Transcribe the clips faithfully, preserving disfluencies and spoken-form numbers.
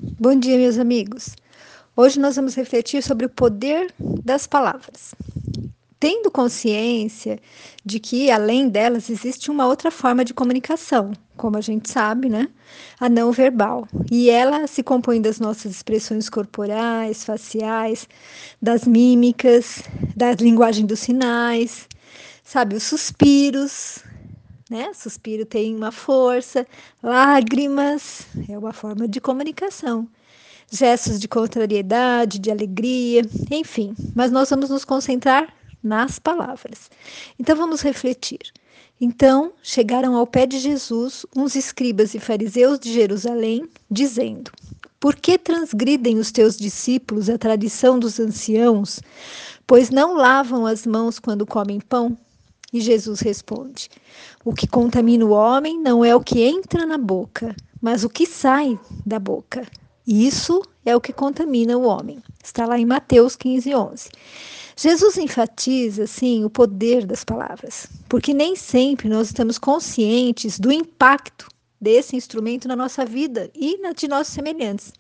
Bom dia, meus amigos. Hoje nós vamos refletir sobre o poder das palavras. Tendo consciência de que, além delas, existe uma outra forma de comunicação, como a gente sabe, né? A não verbal. E ela se compõe das nossas expressões corporais, faciais, das mímicas, da linguagem dos sinais, sabe? Os suspiros, né? Suspiro tem uma força, lágrimas, é uma forma de comunicação. Gestos de contrariedade, de alegria, enfim. Mas nós vamos nos concentrar nas palavras. Então vamos refletir. Então chegaram ao pé de Jesus uns escribas e fariseus de Jerusalém, dizendo: Por que transgridem os teus discípulos a tradição dos anciãos, pois não lavam as mãos quando comem pão? E Jesus responde: O que contamina o homem não é o que entra na boca, mas o que sai da boca. Isso é o que contamina o homem. Está lá em Mateus quinze, onze. Jesus enfatiza, sim, o poder das palavras, porque nem sempre nós estamos conscientes do impacto desse instrumento na nossa vida e na de nossos semelhantes.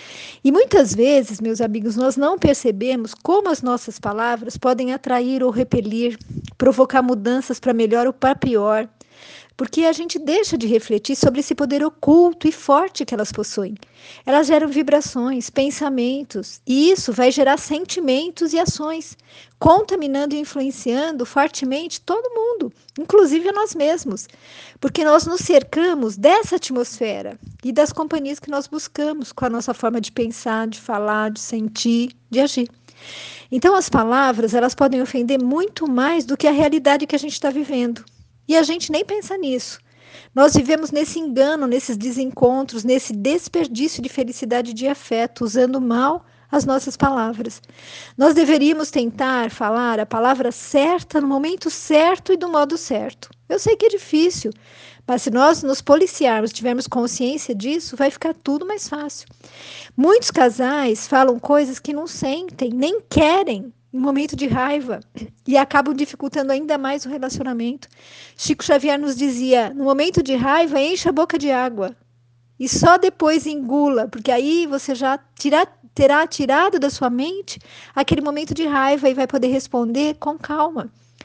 E muitas vezes, meus amigos, nós não percebemos como as nossas palavras podem atrair ou repelir, provocar mudanças para melhor ou para pior, porque a gente deixa de refletir sobre esse poder oculto e forte que elas possuem. Elas geram vibrações, pensamentos, e isso vai gerar sentimentos e ações, contaminando e influenciando fortemente todo mundo, inclusive a nós mesmos, porque nós nos cercamos dessa atmosfera e das companhias que nós buscamos com a nossa forma de pensar, de falar, de sentir, de agir. Então, as palavras, elas podem ofender muito mais do que a realidade que a gente está vivendo. E a gente nem pensa nisso. Nós vivemos nesse engano, nesses desencontros, nesse desperdício de felicidade e de afeto, usando mal as nossas palavras. Nós deveríamos tentar falar a palavra certa no momento certo e do modo certo. Eu sei que é difícil, mas se nós nos policiarmos, tivermos consciência disso, vai ficar tudo mais fácil. Muitos casais falam coisas que não sentem, nem querem, em momento de raiva, e acabam dificultando ainda mais o relacionamento. Chico Xavier nos dizia: no momento de raiva, encha a boca de água e só depois engula, porque aí você já tira, terá tirado da sua mente aquele momento de raiva e vai poder responder com calma.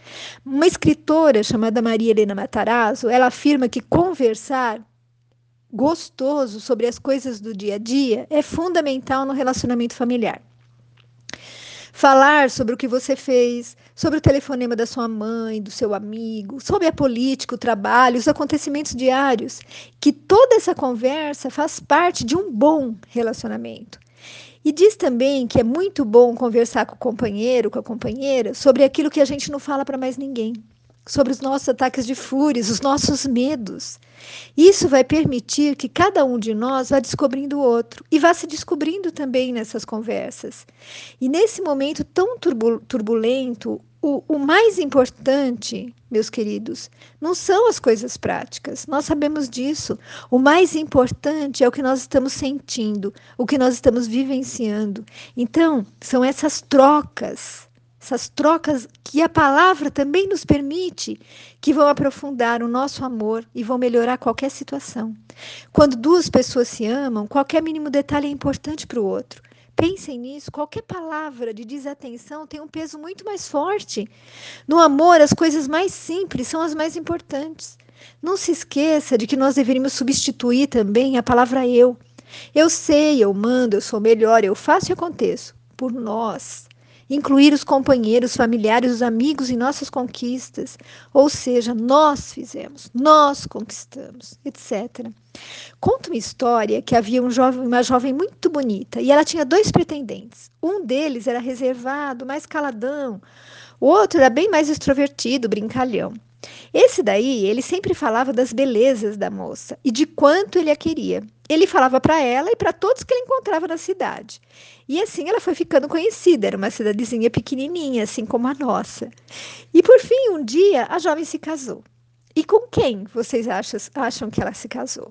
Uma escritora chamada Maria Helena Matarazzo, ela afirma que conversar gostoso sobre as coisas do dia a dia é fundamental no relacionamento familiar. Falar sobre o que você fez, sobre o telefonema da sua mãe, do seu amigo, sobre a política, o trabalho, os acontecimentos diários, que toda essa conversa faz parte de um bom relacionamento. E diz também que é muito bom conversar com o companheiro, com a companheira, sobre aquilo que a gente não fala para mais ninguém, sobre os nossos ataques de fúria, os nossos medos. Isso vai permitir que cada um de nós vá descobrindo o outro e vá se descobrindo também nessas conversas. E nesse momento tão turbulento, o, o mais importante, meus queridos, não são as coisas práticas, nós sabemos disso. O mais importante é o que nós estamos sentindo, o que nós estamos vivenciando. Então, são essas trocas, essas trocas que a palavra também nos permite, que vão aprofundar o nosso amor e vão melhorar qualquer situação. Quando duas pessoas se amam, qualquer mínimo detalhe é importante para o outro. Pensem nisso, qualquer palavra de desatenção tem um peso muito mais forte. No amor, as coisas mais simples são as mais importantes. Não se esqueça de que nós deveríamos substituir também a palavra eu. Eu sei, eu mando, eu sou melhor, eu faço e aconteço. Por nós. Incluir os companheiros, familiares, os amigos em nossas conquistas. Ou seja, nós fizemos, nós conquistamos, etcétera. Conta uma história que havia um jovem, uma jovem muito bonita e ela tinha dois pretendentes. Um deles era reservado, mais caladão. O outro era bem mais extrovertido, brincalhão. Esse daí, ele sempre falava das belezas da moça e de quanto ele a queria. Ele falava para ela e para todos que ele encontrava na cidade. E assim ela foi ficando conhecida, era uma cidadezinha pequenininha, assim como a nossa. E por fim, um dia, a jovem se casou. E com quem vocês acham, acham que ela se casou?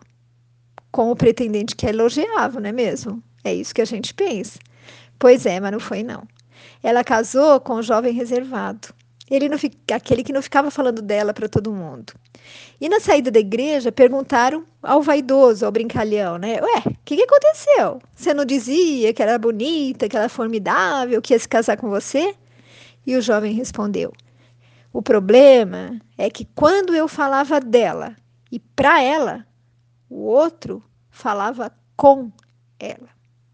Com o pretendente que a elogiava, não é mesmo? É isso que a gente pensa. Pois é, mas não foi não. Ela casou com um jovem reservado. Ele não, aquele que não ficava falando dela para todo mundo. E na saída da igreja, perguntaram ao vaidoso, ao brincalhão, né? Ué, o que, que aconteceu? Você não dizia que era bonita, que era formidável, que ia se casar com você? E o jovem respondeu: o problema é que quando eu falava dela e para ela, o outro falava com ela.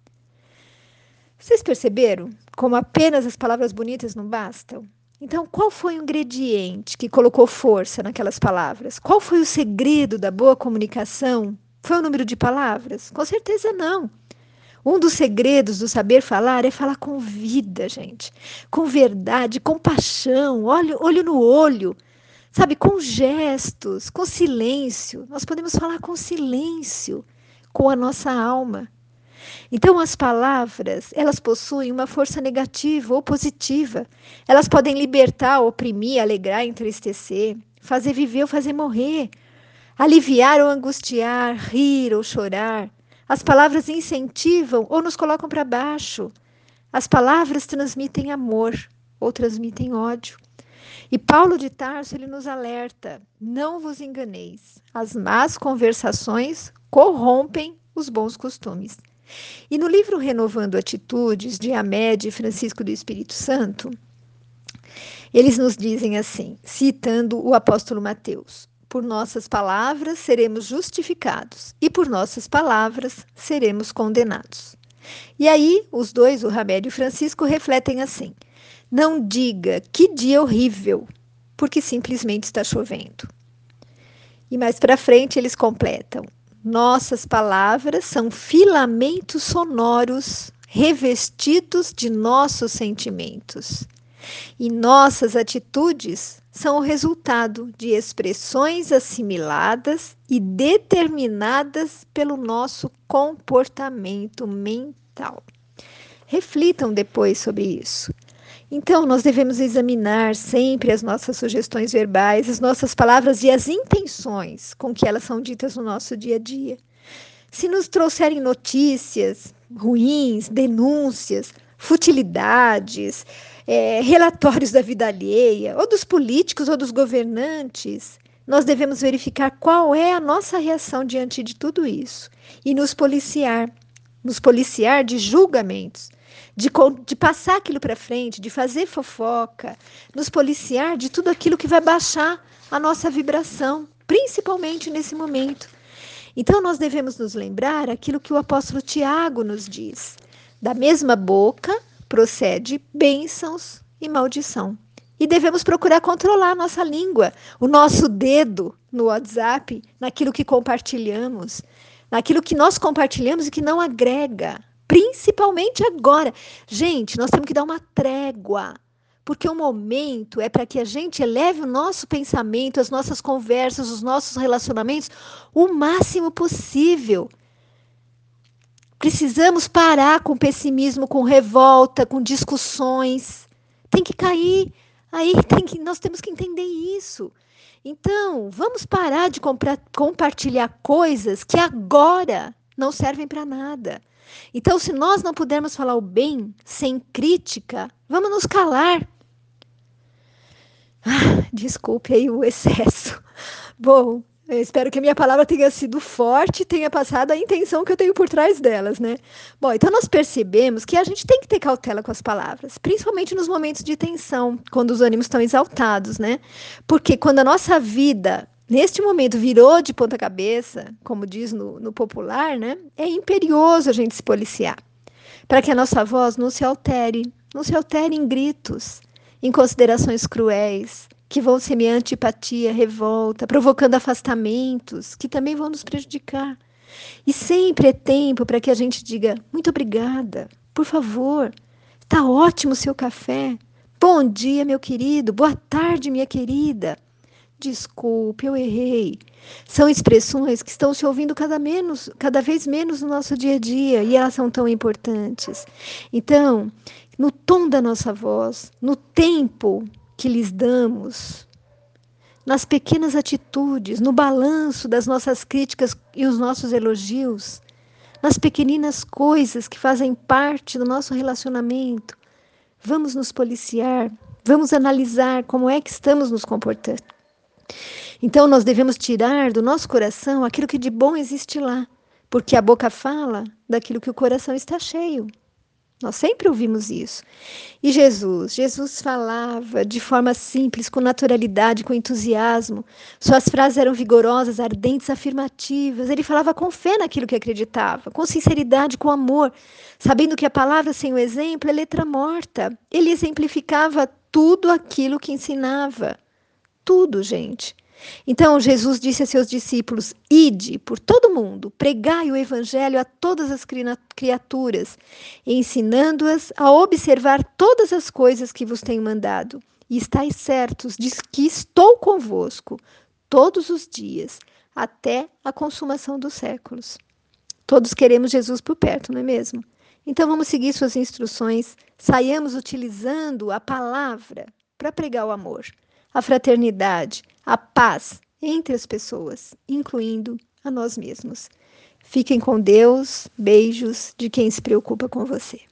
Vocês perceberam como apenas as palavras bonitas não bastam? Então, qual foi o ingrediente que colocou força naquelas palavras? Qual foi o segredo da boa comunicação? Foi o número de palavras? Com certeza não. Um dos segredos do saber falar é falar com vida, gente. Com verdade, com paixão, olho, olho no olho. Sabe, com gestos, com silêncio. Nós podemos falar com silêncio, com a nossa alma. Então, as palavras, elas possuem uma força negativa ou positiva. Elas podem libertar, oprimir, alegrar, entristecer, fazer viver ou fazer morrer, aliviar ou angustiar, rir ou chorar. As palavras incentivam ou nos colocam para baixo. As palavras transmitem amor ou transmitem ódio. E Paulo de Tarso, ele nos alerta: não vos enganeis, as más conversações corrompem os bons costumes. E no livro Renovando Atitudes, de Hamed e Francisco do Espírito Santo, eles nos dizem assim, citando o apóstolo Mateus: por nossas palavras seremos justificados, e por nossas palavras seremos condenados. E aí, os dois, o Hamed e o Francisco, refletem assim: não diga que dia horrível, porque simplesmente está chovendo. E mais para frente eles completam: nossas palavras são filamentos sonoros revestidos de nossos sentimentos. E nossas atitudes são o resultado de expressões assimiladas e determinadas pelo nosso comportamento mental. Reflitam depois sobre isso. Então, nós devemos examinar sempre as nossas sugestões verbais, as nossas palavras e as intenções com que elas são ditas no nosso dia a dia. Se nos trouxerem notícias ruins, denúncias, futilidades, é, relatórios da vida alheia, ou dos políticos ou dos governantes, nós devemos verificar qual é a nossa reação diante de tudo isso e nos policiar, nos policiar de julgamentos. De, de passar aquilo para frente, de fazer fofoca, nos policiar de tudo aquilo que vai baixar a nossa vibração, principalmente nesse momento. Então, nós devemos nos lembrar aquilo que o apóstolo Tiago nos diz: da mesma boca procede bênçãos e maldição. E devemos procurar controlar a nossa língua, o nosso dedo no WhatsApp, naquilo que compartilhamos, naquilo que nós compartilhamos e que não agrega. Principalmente agora. Gente, nós temos que dar uma trégua, porque o momento é para que a gente eleve o nosso pensamento, as nossas conversas, os nossos relacionamentos o máximo possível. Precisamos parar com pessimismo, com revolta, com discussões. Tem que cair. Aí tem que, nós temos que entender isso. Então, vamos parar de comprar, compartilhar coisas que agora não servem para nada. Então, se nós não pudermos falar o bem sem crítica, vamos nos calar. Ah, desculpe aí o excesso. Bom, eu espero que a minha palavra tenha sido forte e tenha passado a intenção que eu tenho por trás delas, né? Bom, então nós percebemos que a gente tem que ter cautela com as palavras, principalmente nos momentos de tensão, quando os ânimos estão exaltados, né? Porque quando a nossa vida neste momento virou de ponta cabeça, como diz no, no popular, né? É imperioso a gente se policiar, para que a nossa voz não se altere, não se altere em gritos, em considerações cruéis, que vão semear antipatia, revolta, provocando afastamentos, que também vão nos prejudicar. E sempre é tempo para que a gente diga: muito obrigada, por favor, está ótimo o seu café, bom dia, meu querido, boa tarde, minha querida. Desculpe, eu errei. São expressões que estão se ouvindo cada, menos, cada vez menos no nosso dia a dia e elas são tão importantes. Então, no tom da nossa voz, no tempo que lhes damos, nas pequenas atitudes, no balanço das nossas críticas e os nossos elogios, nas pequeninas coisas que fazem parte do nosso relacionamento, vamos nos policiar Vamos analisar como é que estamos nos comportando. Então, nós devemos tirar do nosso coração aquilo que de bom existe lá, porque a boca fala daquilo que o coração está cheio. Nós sempre ouvimos isso. E Jesus? Jesus falava de forma simples, com naturalidade, com entusiasmo. Suas frases eram vigorosas, ardentes, afirmativas. Ele falava com fé naquilo que acreditava, com sinceridade, com amor, sabendo que a palavra sem o exemplo é letra morta. Ele exemplificava tudo aquilo que ensinava. Tudo, gente. Então, Jesus disse a seus discípulos: ide por todo mundo, pregai o evangelho a todas as criaturas, ensinando-as a observar todas as coisas que vos tenho mandado. E estais certos de que estou convosco todos os dias, até a consumação dos séculos. Todos queremos Jesus por perto, não é mesmo? Então, vamos seguir suas instruções, saiamos utilizando a palavra para pregar o amor, a fraternidade, a paz entre as pessoas, incluindo a nós mesmos. Fiquem com Deus, beijos de quem se preocupa com você.